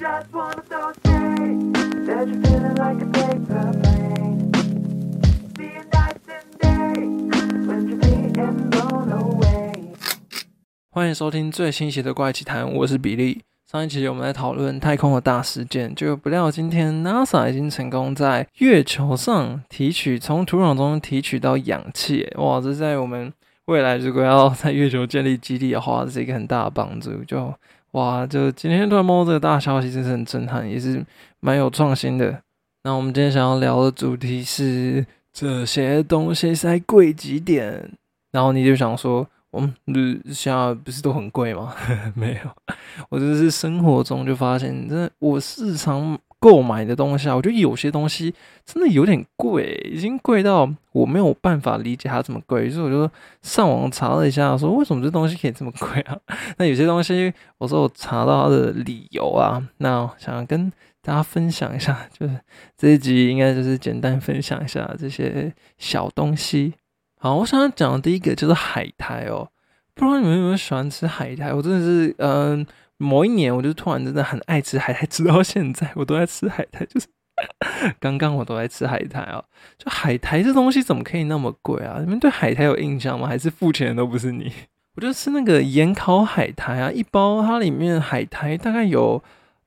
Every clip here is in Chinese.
just one of those days that you're feeling like a paper plane. See a night and day when you're being blown away. 欢迎收听最新一期的怪奇谈，我是比利。上一期我们在讨论太空的大事件，结果不料今天 NASA 已经成功在月球上从土壤中提取到氧气。哇，这在我们未来如果要在月球建立基地的话，这是一个很大的帮助。就今天突然摸到这个大消息，真是很震撼，也是蛮有创新的。那我们今天想要聊的主题是这些东西才贵几点？然后你就想说，现在不是都很贵吗？没有，我就是生活中就发现，真的我日常购买的东西啊，我觉得有些东西真的有点贵，已经贵到我没有办法理解它这么贵，所以我就上网查了一下，说为什么这东西可以这么贵啊？那有些东西，我查到它的理由啊，那想要跟大家分享一下，就是这一集应该就是简单分享一下这些小东西。好，我想要讲的第一个就是海苔哦，不知道你们有没有喜欢吃海苔？我真的是，某一年我就突然真的很爱吃海苔，直到现在我都在吃海苔，就是刚刚我都在吃海苔哦。就海苔这东西怎么可以那么贵啊？你们对海苔有印象吗？还是付钱的都不是你？我就吃那个盐烤海苔啊，一包它里面海苔大概有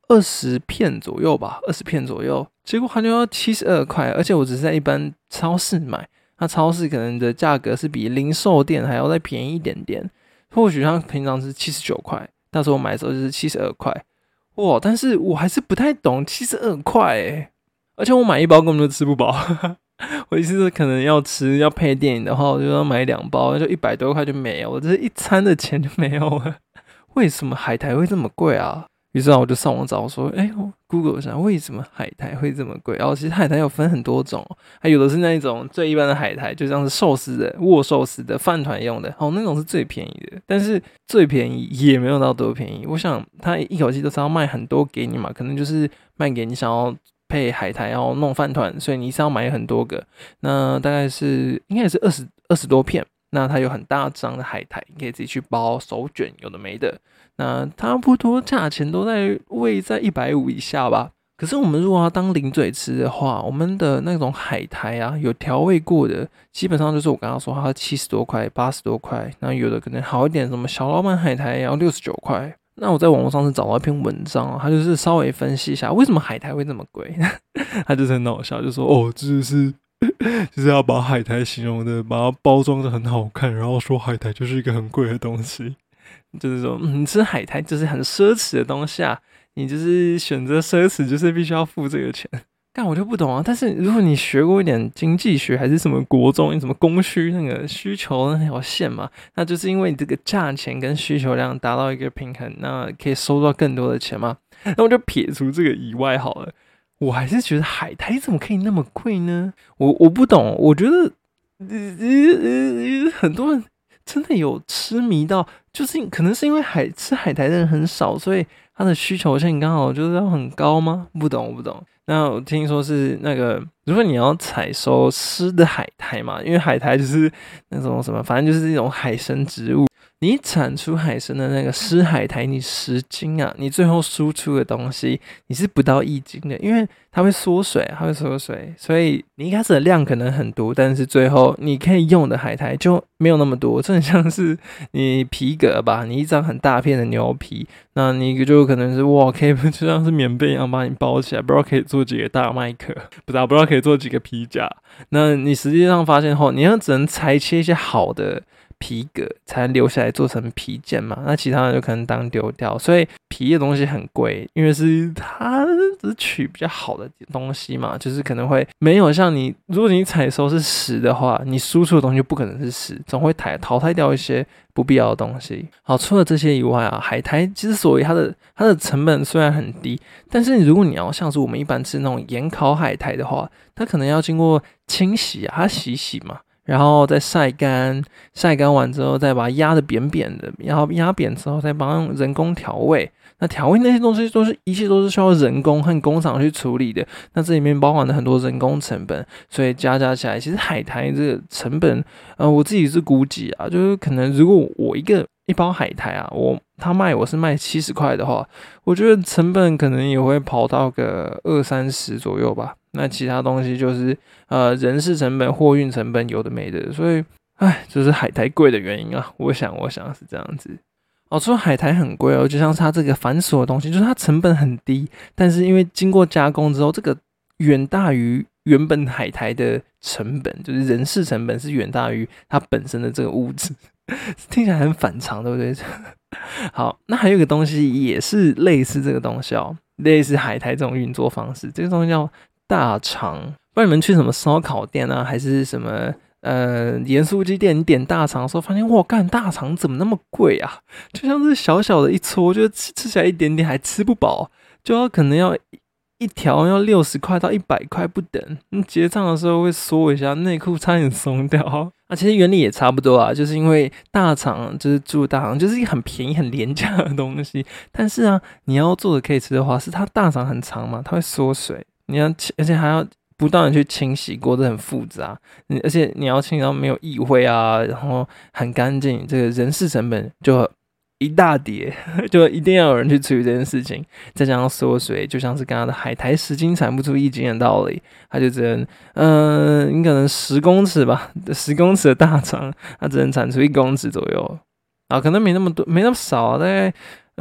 20片左右吧，20片左右，结果它就要72块，而且我只是在一般超市买。那超市可能的价格是比零售店还要再便宜一点点，或许它平常是79块，那时候我买的时候就是72块，哇！但是我还是不太懂72块欸，而且我买一包根本就吃不饱，我意思是可能要配电影的话，我就要买2包，就100多块就没有，我这一餐的钱就没有了。为什么海苔会这么贵啊？于是我就上网找说，我 Google 一下为什么海苔会这么贵。然后其实海苔有分很多种，还有的是那一种最一般的海苔，就像是寿司的、握寿司的、饭团用的，那种是最便宜的。但是最便宜也没有到多便宜。我想他一口气都是要卖很多给你嘛，可能就是卖给你想要配海苔要弄饭团，所以你是要买很多个。那大概应该也是20多片。那它有很大张的海苔，你可以自己去包手卷，有的没的。那差不多价钱都位在150以下吧。可是我们如果要当零嘴吃的话，我们的那种海苔啊，有调味过的，基本上就是我刚刚说它70多块、80多块，那有的可能好一点，什么小老板海苔也要69块。那我在网络上是找到一篇文章它就是稍微分析一下为什么海苔会这么贵。它就是很搞笑，就说就是要把海苔形容的，把它包装的很好看，然后说海苔就是一个很贵的东西，就是说，你吃海苔就是很奢侈的东西啊，你就是选择奢侈，就是必须要付这个钱。但我就不懂啊。但是如果你学过一点经济学，还是什么国中，什么供需那个需求那条线嘛，那就是因为你这个价钱跟需求量达到一个平衡，那可以收到更多的钱嘛。那我就撇除这个以外好了。我还是觉得海苔怎么可以那么贵呢？我不懂，我觉得很多人真的有痴迷到，就是可能是因为吃海苔的人很少，所以它的需求性刚好就是要很高吗？不懂。那我听说是那个，如果你要采收湿的海苔嘛，因为海苔就是那种什么，反正就是一种海参植物。你产出海参的那个湿海苔，你10斤啊，你最后输出的东西你是不到1斤的，因为它会缩水，所以你一开始的量可能很多，但是最后你可以用的海苔就没有那么多。这很像是你皮革吧，你一张很大片的牛皮，那你就可能是可以就像是棉被一样把你包起来，不知道可以做几个大麦克，不知道可以做几个皮夹。那你实际上发现后，你只能裁切一些好的皮革才留下来做成皮件嘛，那其他的就可能当丢掉，所以皮的东西很贵，因为它只取比较好的东西嘛，就是可能会没有像如果你采收是实的话，你输出的东西就不可能是实，总会淘汰掉一些不必要的东西。好，除了这些以外啊，海苔之所以它的成本虽然很低，但是如果你要像是我们一般吃那种盐烤海苔的话，它可能要经过清洗啊，它洗嘛。然后再晒干完之后，再把它压得扁扁的，然后压扁之后再把它用人工调味。那调味那些东西一切都是需要人工和工厂去处理的。那这里面包含了很多人工成本，所以加起来，其实海苔这个成本，我自己是估计啊，就是可能如果我一个一包海苔啊，他卖我是卖70块的话，我觉得成本可能也会跑到个20-30左右吧。那其他东西就是人事成本、货运成本有的没的，所以就是海苔贵的原因啊。我想是这样子。除了海苔很贵哦，就像是它这个繁琐的东西，就是它成本很低，但是因为经过加工之后，这个远大于原本海苔的成本，就是人事成本是远大于它本身的这个物质，听起来很反常，对不对？好，那还有一个东西也是类似这个东西哦，类似海苔这种运作方式，这个东西叫大肠。不然你们去什么烧烤店啊，还是什么盐酥鸡店，你点大肠的时候，发现哇，干大肠怎么那么贵啊？就像是小小的一撮，就吃起来一点点还吃不饱，就可能要一条要60块到100块不等。结账的时候会缩一下，内裤差点松掉。其实原理也差不多啊，就是因为大肠就是猪大肠，就是一个很便宜很廉价的东西。但是啊，你要做的可以吃的话，是它大肠很长嘛，它会缩水，而且还要不断的去清洗过，这很复杂。而且你要清到没有异味啊，然后很干净，这个人事成本就一大叠，就一定要有人去处理这件事情。再加上缩水，就像是刚刚的海苔10斤产不出1斤的道理，它就只能你可能10公尺吧，10公尺的大肠，它只能产出1公尺左右啊，可能没那么多，没那么少啊，大概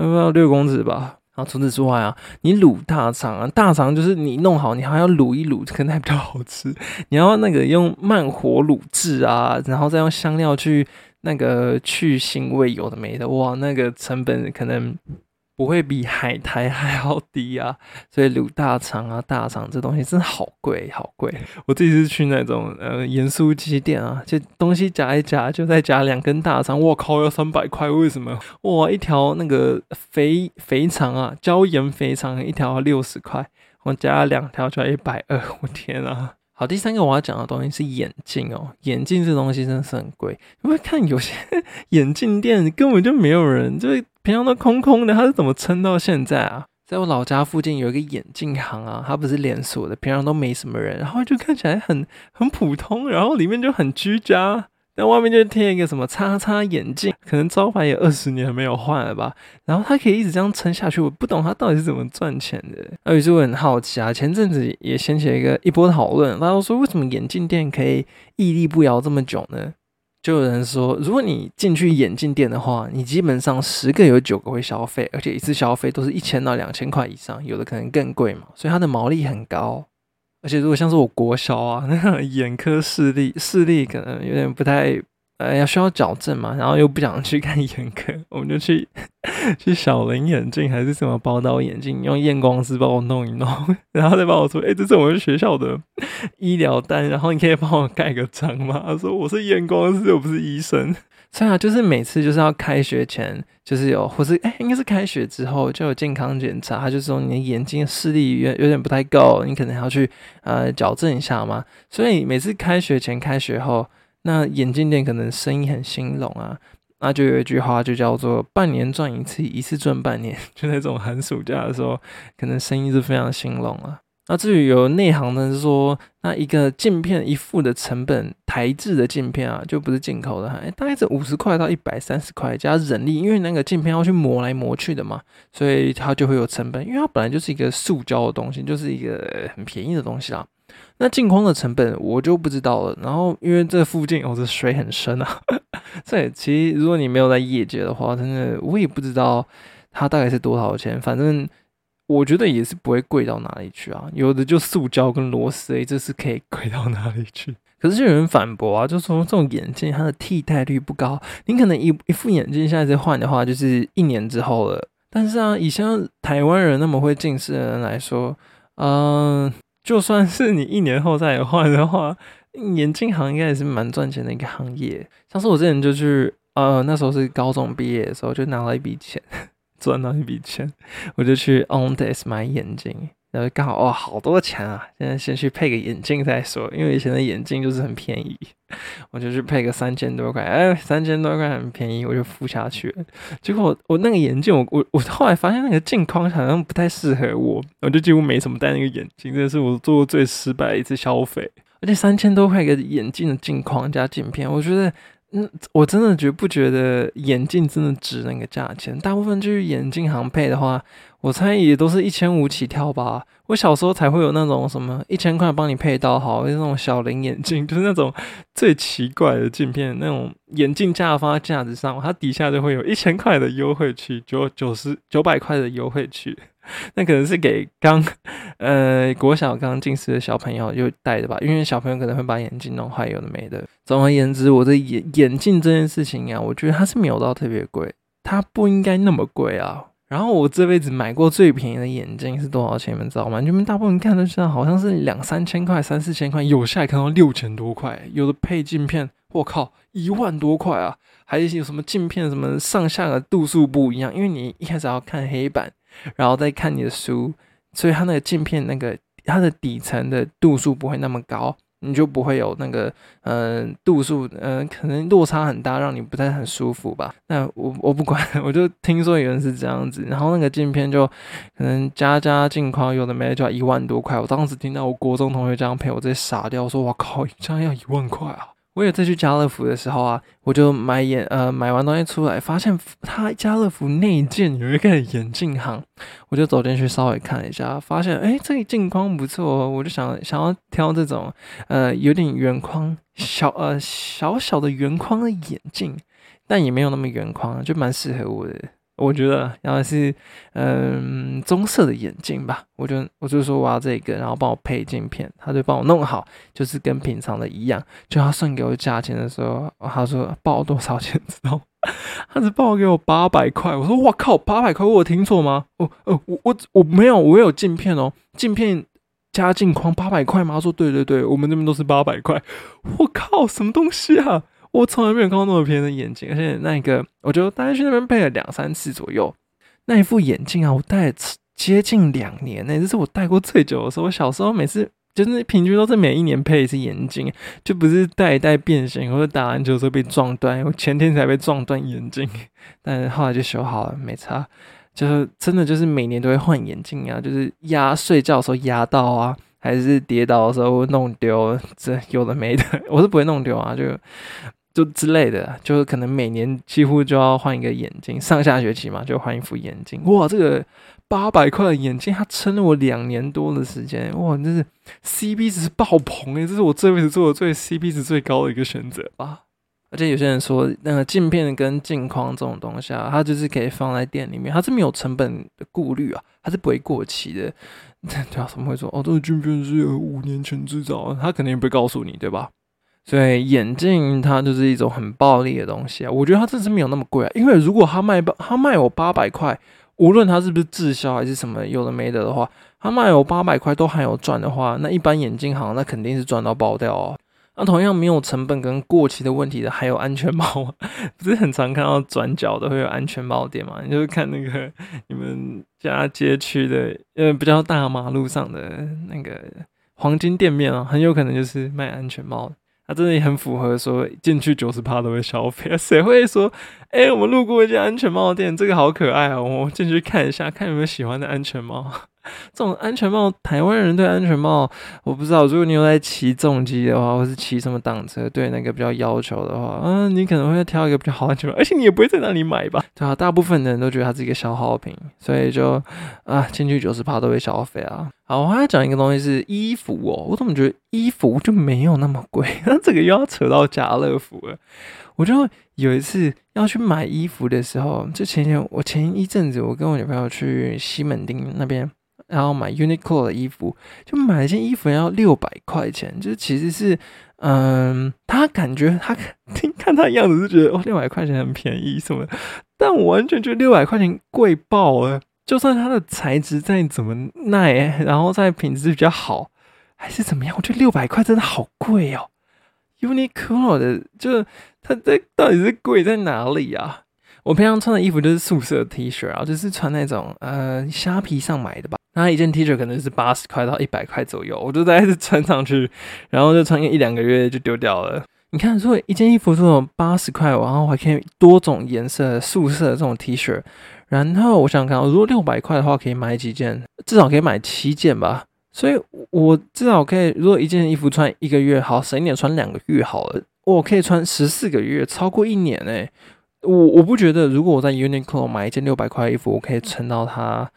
6公尺吧。然后除此之外啊，你卤大肠啊，大肠就是你弄好，你还要卤一卤，可能还比较好吃。你要那个用慢火卤制啊，然后再用香料去那个去腥味有的没的，哇，那个成本可能不会比海苔还要低啊。所以卤大肠啊，大肠这东西真的好贵好贵。我自己是去那种盐酥鸡店啊，就东西夹一夹，就再夹2根大肠，我靠，要300块，为什么？哇，一条那个肥肠啊，椒盐肥肠一条要60块，我加2条就要120，我天啊！好，第3个我要讲的东西是眼镜哦。眼镜这东西真的是很贵，因为看有些眼镜店根本就没有人，就是平常都空空的，它是怎么撑到现在啊？在我老家附近有一个眼镜行啊，它不是连锁的，平常都没什么人，然后就看起来很普通，然后里面就很居家。但外面就贴一个什么叉叉眼镜，可能招牌也20年没有换了吧，然后它可以一直这样撑下去，我不懂它到底是怎么赚钱的。于是我很好奇啊，前阵子也掀起了一波讨论，大家都说为什么眼镜店可以屹立不摇这么久呢？就有人说，如果你进去眼镜店的话，你基本上10个有9个会消费，而且一次消费都是1000到2000块以上，有的可能更贵嘛，所以它的毛利很高。而且如果像是我国小啊，那个眼科视力可能有点不太需要矫正嘛，然后又不想去看眼科，我们就去小林眼镜还是什么宝岛眼镜，用验光师帮我弄一弄，然后再帮我说，这是我们学校的医疗单，然后你可以帮我盖个章吗？他说我是验光师，我不是医生。所以啊，就是每次就是要开学前，就是或是应该是开学之后就有健康检查，他就说你的眼睛的视力有点不太够，你可能要去矫正一下嘛。所以每次开学前、开学后，那眼镜店可能生意很兴隆啊。那就有一句话就叫做半年赚一次，一次赚半年，就在这种寒暑假的时候，可能生意是非常兴隆啊。那至于有内行的是说，那一个镜片一副的成本，台制的镜片啊，就不是进口的，大概是50块到130块加人力，因为那个镜片要去磨来磨去的嘛，所以它就会有成本，因为它本来就是一个塑胶的东西，就是一个很便宜的东西啦。那镜框的成本我就不知道了，然后因为这附近这水很深啊，所以其实如果你没有在业界的话，真的我也不知道它大概是多少钱，反正我觉得也是不会贵到哪里去啊，有的就塑胶跟螺丝这是可以贵到哪里去。可是就有人反驳啊，就说这种眼镜它的替代率不高，你可能一副眼镜现在再换的话，就是1年之后了。但是啊，以像台湾人那么会近视的人来说，就算是你1年后再换的话，眼镜行应该也是蛮赚钱的一个行业。像是我之前就去那时候是高中毕业的时候，就拿了一笔钱，赚到一笔钱，我就去 Ontex 买眼镜，然后刚好好多钱啊！现在先去配个眼镜再说，因为以前的眼镜就是很便宜，我就去配个3000多块，3000多块很便宜，我就付下去了。结果我那个眼镜，我后来发现那个镜框好像不太适合我，我就几乎没什么戴那个眼镜，这是我做过最失败的一次消费。而且3000多块一个眼镜的镜框加镜片，我觉得我真的不觉得眼镜真的值那个价钱。大部分去眼镜行配的话，我猜也都是1500起跳吧。我小时候才会有那种什么1000块帮你配到好，那种小龄眼镜，就是那种最奇怪的镜片，那种眼镜架放在架子上，它底下就会有1000块的优惠区，900块的优惠区。那可能是给国小刚近视的小朋友就戴的吧，因为小朋友可能会把眼镜弄坏，有的没的。总而言之，我的眼镜这件事情啊，我觉得它是没有到特别贵，它不应该那么贵啊。然后我这辈子买过最便宜的眼镜是多少钱？你们知道吗？你们大部分看都知道，好像是2、3000块、3、4000块，有下来看到6000多块，有的配镜片，我靠，1万多块啊！还有什么镜片什么上下的度数不一样，因为你一开始要看黑板，然后再看你的书，所以它那个镜片它的底层的度数不会那么高，你就不会有那个度数可能落差很大，让你不太很舒服吧。那我不管，我就听说有人是这样子，然后那个镜片就可能加镜框，有的没的就要1万多块。我当时听到我国中同学这样配，我直接傻掉，我说哇靠，这样要1万块啊！我也在去家乐福的时候啊，我就买完东西出来，发现他家乐福内建有一个眼镜行，我就走进去稍微看一下，发现这个镜框不错哦，我就想要挑这种有点圆框小小的圆框的眼镜，但也没有那么圆框，就蛮适合我的。我觉得要是棕色的眼镜吧，我就说我要这个，然后帮我配镜片，他就帮我弄好，就是跟平常的一样。就他算给我价钱的时候，他说报多少钱知道吗？他只报给我800块。我说哇靠，800块，我有听错吗？我没有，我有镜片哦，镜片加镜框800块吗？他说对，我们这边都是800块。我靠，什么东西啊？我从来没有看到那么便宜的眼镜，而且那个我就大概去那边配了2-3次左右。那一副眼镜啊，我戴了接近2年这是我戴过最久的时候。我小时候每次就是平均都是每1年配一次眼镜，就不是戴一戴变形或者打篮球的时候被撞断。我前天才被撞断眼镜，但是后来就修好了，没差。就是真的就是每年都会换眼镜啊，就是睡觉的时候压到啊，还是跌倒的时候弄丢，这有的没的，我是不会弄丢啊，就之类的，就是可能每年几乎就要换一个眼镜，上下学期嘛就换一副眼镜。哇，这个800块的眼镜，它撑了我2年多的时间，哇，真是 CP 值爆棚这是我这辈子做的CP 值最高的一个选择吧。而且有些人说，那个镜片跟镜框这种东西啊，它就是可以放在店里面，它是没有成本的顾虑啊，它是不会过期的。对啊，怎么会说这个镜片是5年前制造，他肯定不会告诉你，对吧？所以眼镜它就是一种很暴利的东西啊，我觉得它真的是没有那么贵啊，因为如果他卖我800块，无论它是不是滞销还是什么有的没的话，他卖我800块都还有赚的话，那一般眼镜行那肯定是赚到爆掉哦。那同样没有成本跟过期的问题的，还有安全帽啊，不是很常看到转角的会有安全帽店嘛？你就是看那个你们家街区的比较大马路上的那个黄金店面啊，很有可能就是卖安全帽的。它真的也很符合说进去90%都会消费，谁会说我们路过一家安全帽店，这个好可爱哦，我进去看一下，看有没有喜欢的安全帽。这种安全帽，台湾人对安全帽，我不知道，如果你有在骑重机的话，或是骑什么挡车，对那个比较要求的话，你可能会挑一个比较好的安全帽，而且你也不会在那里买吧？对啊，大部分的人都觉得它是一个消耗品，所以就进去90%都会消费啊。好，我还要讲一个东西是衣服哦，我怎么觉得衣服就没有那么贵？那这个又要扯到家乐福了。我就有一次要去买衣服的时候，就前一阵子我跟我女朋友去西门町那边，然后买 Uniqlo 的衣服，就买了一件衣服要600块钱，就是其实是他感觉他看他的样子是觉得600块钱很便宜什么的，但我完全觉得600块钱贵爆了。就算它的材质再怎么耐，然后再品质比较好，还是怎么样，我觉得600块真的好贵哦。Uniqlo 的，就它到底是贵在哪里啊？我平常穿的衣服就是素色 T 恤啊，就是穿那种虾皮上买的吧。那一件 T 恤可能是80块到100块左右，我就大概是穿上去，然后就穿1-2个月就丢掉了。你看，如果一件衣服这种80块，然后还可以多种颜色素色的这种 T 恤，然后我想想看，如果600块的话，可以买几件，至少可以买7件吧。所以我至少可以，如果一件衣服穿1个月，好省一点穿2个月好了。 我可以穿14个月，超过1年欸。我不觉得，如果我在 Uniqlo 买一件600块的衣服，我可以撑到它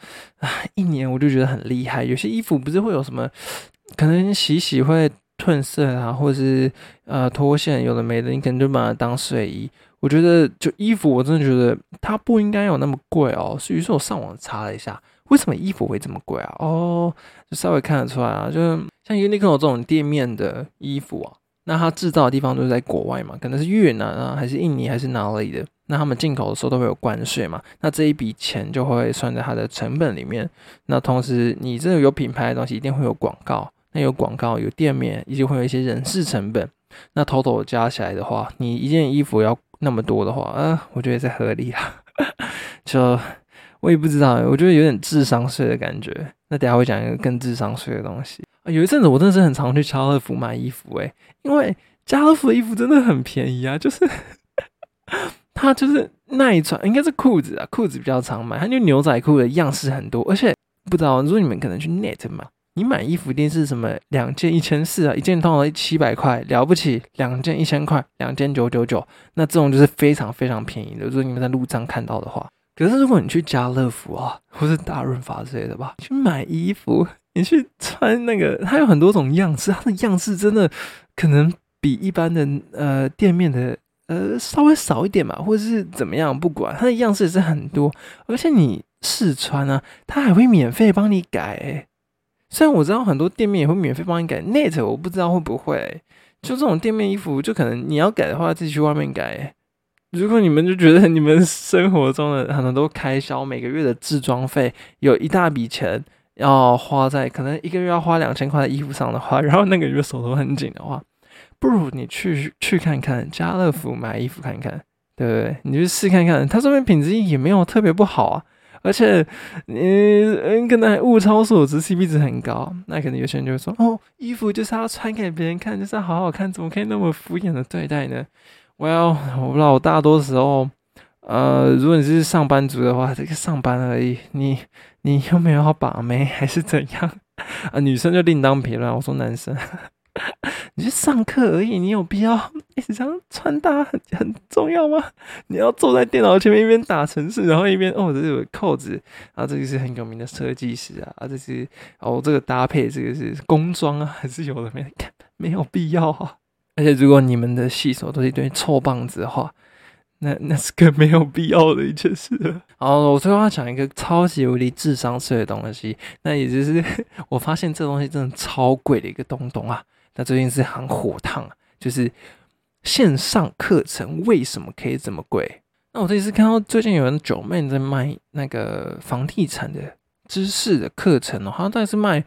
1年，我就觉得很厉害。有些衣服不是会有什么，可能洗会褪色啊，或者是脱线，有的没的，你可能就把它当睡衣。我觉得就衣服，我真的觉得它不应该有那么贵哦。于是我上网查了一下，为什么衣服会这么贵啊？哦，就稍微看得出来啊，就像 Uniqlo 这种店面的衣服啊。那它制造的地方都是在国外嘛，可能是越南啊，还是印尼，还是哪里的？那他们进口的时候都会有关税嘛，那这一笔钱就会算在它的成本里面。那同时，你这个有品牌的东西一定会有广告，那有广告有店面，以及会有一些人事成本。那total加起来的话，你一件衣服要那么多的话，我觉得是合理啦。就我也不知道，我觉得有点智商税的感觉。那等一下会讲一个更智商税的东西。有一阵子我真的是很常去家乐福买衣服因为家乐福的衣服真的很便宜啊，就是它就是耐穿，应该是裤子啊，裤子比较常买，它就牛仔裤的样式很多，而且不知道，如果你们可能去 Net 买，你买衣服一定是什么2件1400啊，一件通常700块，了不起2件1000块，2件999，那这种就是非常非常便宜的，如果你们在路上看到的话。可是如果你去家乐福啊，或是大润发之类的吧，去买衣服，你去穿那个，它有很多种样式，它的样式真的可能比一般的店面的稍微少一点嘛，或者是怎么样，不管它的样式也是很多，而且你试穿啊，它还会免费帮你改虽然我知道很多店面也会免费帮你改 ，Net 我不知道会不会就这种店面衣服，就可能你要改的话，自己去外面改如果你们就觉得你们生活中的很多开销，每个月的置装费有一大笔钱要花在可能1个月要花2000块的衣服上的话，然后那个月手头很紧的话，不如你去看看家乐福买衣服看看，对不对？你去试看看，它这边品质也没有特别不好啊，而且可能还物超所值 ，CP 值很高。那可能有些人就会说，衣服就是要穿给别人看，就是要好好看，怎么可以那么敷衍的对待呢？Well， 我不知道，我大多时候，如果你是上班族的话，这个上班而已，你又没有要把妹还是怎样女生就另当别论。我说男生，你去上课而已，你有必要一直这样穿搭很重要吗？你要坐在电脑前面一边打程式，然后一边这有扣子啊，这个是很有名的设计师啊，这是这个搭配这个是工装啊，还是有的没有必要啊。而且如果你们的系所都是一堆臭棒子的话，那是更没有必要的一件事了。好，我最后要讲一个超级无敌智商税的东西，那也就是我发现这东西真的超贵的一个东东啊。那最近是很火烫就是线上课程为什么可以这么贵？那我这一次看到最近有人九妹在卖那个房地产的知识的课程好像大概是卖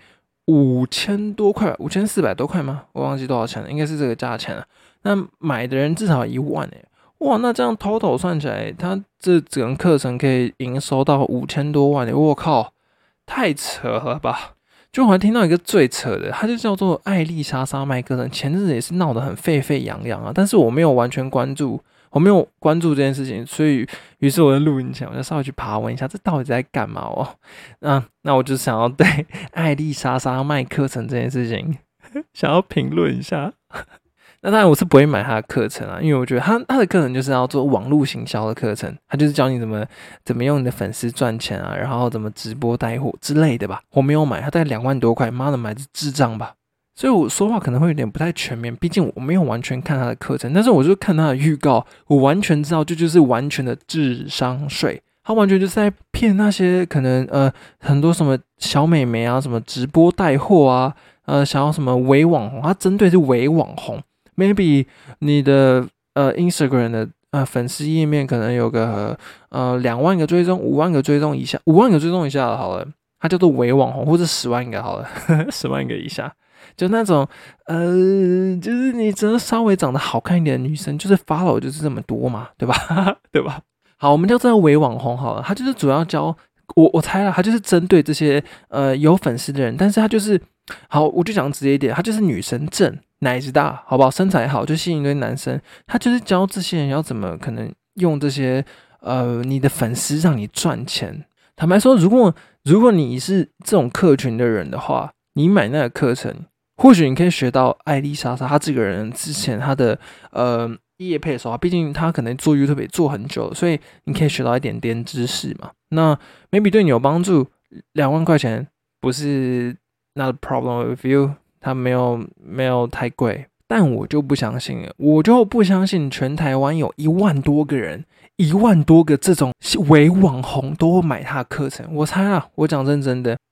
5000多块，5400多块吗？我忘记多少钱了，应该是这个价钱了。那买的人至少1万哇，那这样 total 算起来，他这整个课程可以营收到5000多万我靠，太扯了吧！就我还听到一个最扯的，它就叫做艾丽莎莎麦课程，前阵子也是闹得很沸沸扬扬啊，但是我没有完全关注。我没有关注这件事情，所以于是我在录音前我就稍微去爬文一下，这到底在干嘛那我就想要对艾丽莎莎卖课程这件事情想要评论一下。那当然我是不会买他的课程啊，因为我觉得他的课程就是要做网络行销的课程，他就是教你怎么用你的粉丝赚钱啊，然后怎么直播带货之类的吧。我没有买，他大概2万多块，妈的买的智障吧。所以我说话可能会有点不太全面，毕竟我没有完全看他的课程，但是我就看他的预告，我完全知道这就是完全的智商税，他完全就是在骗那些可能很多什么小美眉啊，什么直播带货啊，想要什么伪网红，他针对是伪网红 ，maybe 你的Instagram 的粉丝页面可能有个2万个追踪，5万个追踪以下，5万个追踪以下的好了，它叫做伪网红，或者10万个好了，10万个以下。就那种就是你只要稍微长得好看一点的女生，就是 follow 就是这么多嘛，对吧？对吧？好，我们叫这个伪网红好了，他就是主要教我猜了，他就是针对这些有粉丝的人，但是他就是好，我就讲直接一点，他就是女生正，奶子大，好不好？身材好，就吸引一堆男生，他就是教这些人要怎么可能用这些你的粉丝让你赚钱。坦白说，如果你是这种客群的人的话，你买那个课程或许你可以学到艾丽莎莎她这个人之前她的业配的时候，毕竟她可能做 YouTube 也做很久了，所以你可以学到一点点知识嘛。那 maybe 对你有帮助，2万块钱不是 not a problem with you， 它没有太贵。但我就不相信了，我就不相信全台湾有1万多个人，1万多个这种伪网红都会买他的课程。我猜啊，我讲认真的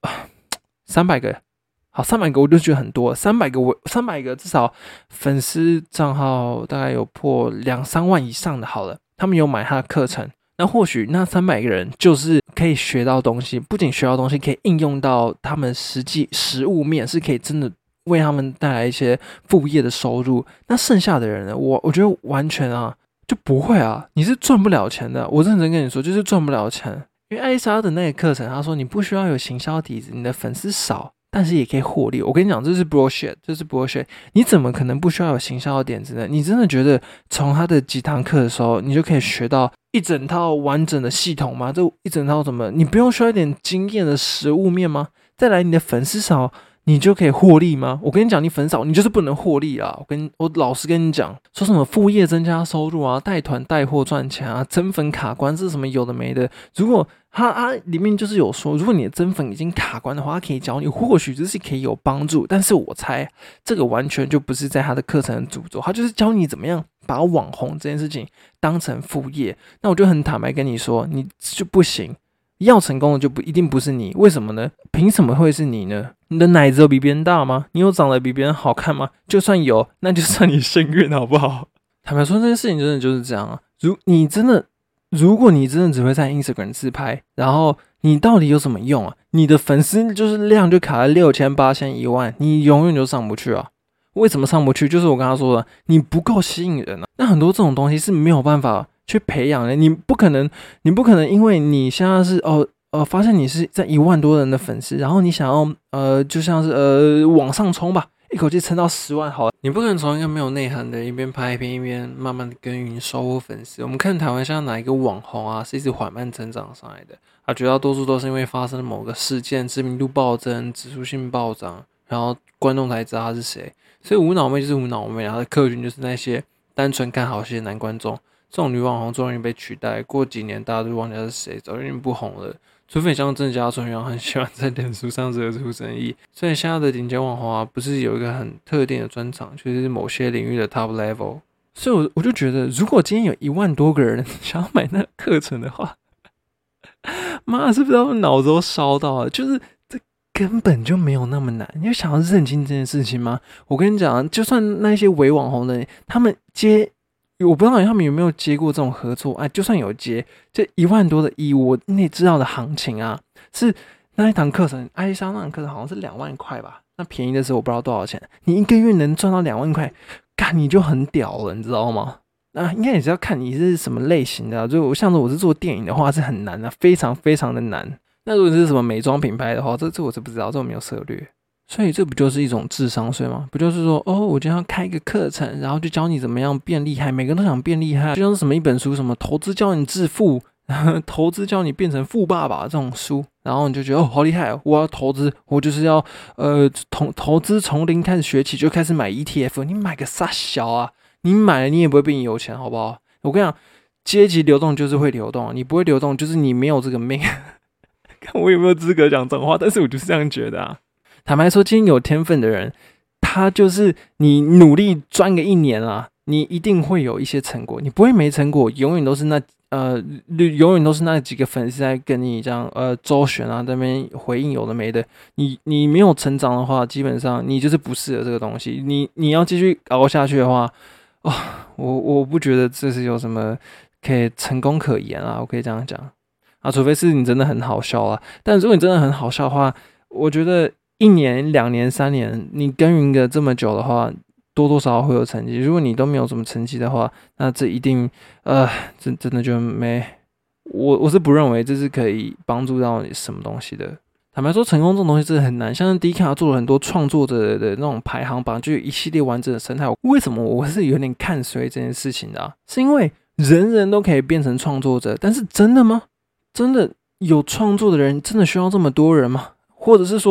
，300个，好，300个我就觉得很多，300个至少粉丝账号大概有破2-3万以上的，好了，他们有买他的课程。那或许那300个人就是可以学到东西，不仅学到东西，可以应用到他们实物面，是可以真的为他们带来一些副业的收入。那剩下的人呢，我觉得完全啊就不会啊，你是赚不了钱的。我认真跟你说，就是赚不了钱。因为艾莎的那个课程，他说你不需要有行销底子，你的粉丝少，但是也可以获利。我跟你讲，这是 bullshit， 这是 bullshit。你怎么可能不需要有行销的点子呢？你真的觉得从他的几堂课的时候，你就可以学到一整套完整的系统吗？这一整套怎么？你不用需要一点经验的实物面吗？再来，你的粉丝少，你就可以获利吗？我跟你讲，你粉少，你就是不能获利啊！我老实跟你讲，说什么副业增加收入啊，带团带货赚钱啊，增粉卡关，这是什么有的没的。如果它里面就是有说，如果你的增粉已经卡关的话，它可以教你，或许这是可以有帮助。但是我猜这个完全就不是在他的课程的主轴，他就是教你怎么样把网红这件事情当成副业。那我就很坦白跟你说，你就不行。要成功的就一定不是你，为什么呢？凭什么会是你呢？你的奶子有比别人大吗？你有长得比别人好看吗？就算有，那就算你幸运，好不好？坦白说，这件事情真的就是这样啊。如果你真的只会在 Instagram 自拍，然后你到底有什么用啊？你的粉丝就是量就卡在6000、8000、1万，你永远就上不去啊。为什么上不去？就是我刚刚说的，你不够吸引人啊。那很多这种东西是没有办法去培养的，你不可能因为你现在是发现你是在1万多人的粉丝，然后你想要就像是往上冲吧，一口气撑到10万好了，你不可能从一个没有内涵的一边拍一边一边慢慢的耕耘收获粉丝。我们看台湾像哪一个网红啊是一直缓慢成长上来的啊？绝大多数都是因为发生了某个事件，知名度暴增，指数性暴涨，然后观众才知道他是谁。所以无脑妹就是无脑妹，然后的客群就是那些单纯看好戏的男观众。这种女网红终于被取代，过几年大家都忘记她是谁，早就已经不红了。除非像郑家纯一样很喜欢在脸书上惹出争议。所以现在的顶尖网红啊，不是有一个很特定的专长，就是某些领域的 top level。所以我就觉得，如果今天有1万多个人想要买那个课程的话，妈，是不是他们脑子都烧到了？就是这根本就没有那么难。你有想要认清这件事情吗？我跟你讲，就算那些伪网红的人，他们我不知道他们有没有接过这种合作，就算有接，这1万多的我你知道的行情啊，是那一堂课程，艾丽莎那堂课程好像是2万块吧，那便宜的时候我不知道多少钱，你一个月能赚到2万块，干你就很屌了，你知道吗？那应该也是要看你是什么类型的就像我是做电影的话是很难的，非常非常的难。那如果是什么美妆品牌的话，这我是不知道，这我没有涉略。所以这不就是一种智商税吗？不就是说，我今天要开一个课程，然后就教你怎么样变厉害，每个人都想变厉害，就像是什么一本书，什么投资教你致富，投资教你变成富爸爸这种书，然后你就觉得好厉害，我要投资，我就是要投资从零开始学起，就开始买 ETF， 你买个啥小啊？你买了你也不会变有钱，好不好？我跟你讲，阶级流动就是会流动，你不会流动就是你没有这个命。看我有没有资格讲这种话，但是我就是这样觉得啊。坦白说，今天有天分的人，他就是你努力钻个1年啊，你一定会有一些成果，你不会没成果，永远都是那几个粉丝在跟你这样周旋啊，在那边回应有的没的。你没有成长的话，基本上你就是不适合这个东西。你要继续熬下去的话，我不觉得这是有什么可以成功可言啊，我可以这样讲啊，除非是你真的很好笑啊。但如果你真的很好笑的话，我觉得1年、2年、3年，你耕耘个这么久的话，多多少少会有成绩。如果你都没有什么成绩的话，那这一定真的就没。我是不认为这是可以帮助到你什么东西的。坦白说，成功这种东西真的很难。像是 Dcard 做了很多创作者的那种排行榜，就有一系列完整的生态。为什么我是有点看衰这件事情的啊？是因为人人都可以变成创作者，但是真的吗？真的有创作的人真的需要这么多人吗？或者是说，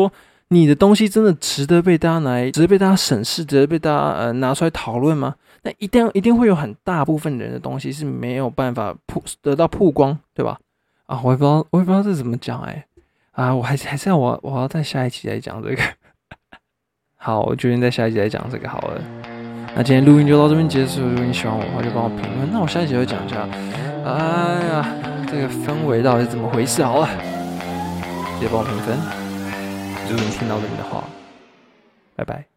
你的东西真的值得被大家审视，值得被大家拿出来讨论吗？那一定会有很大部分人的东西是没有办法得到曝光，对吧？啊，我也不知道这怎么讲我还是我要在下一期来讲这个。好，我决定在下一集来讲这个好了。那今天录音就到这边结束，如果你喜欢我的话，就帮我评论。那我下一集会讲一下，哎呀，这个氛围到底是怎么回事？好了，记得帮我评分。如果你听到这里的话，拜拜。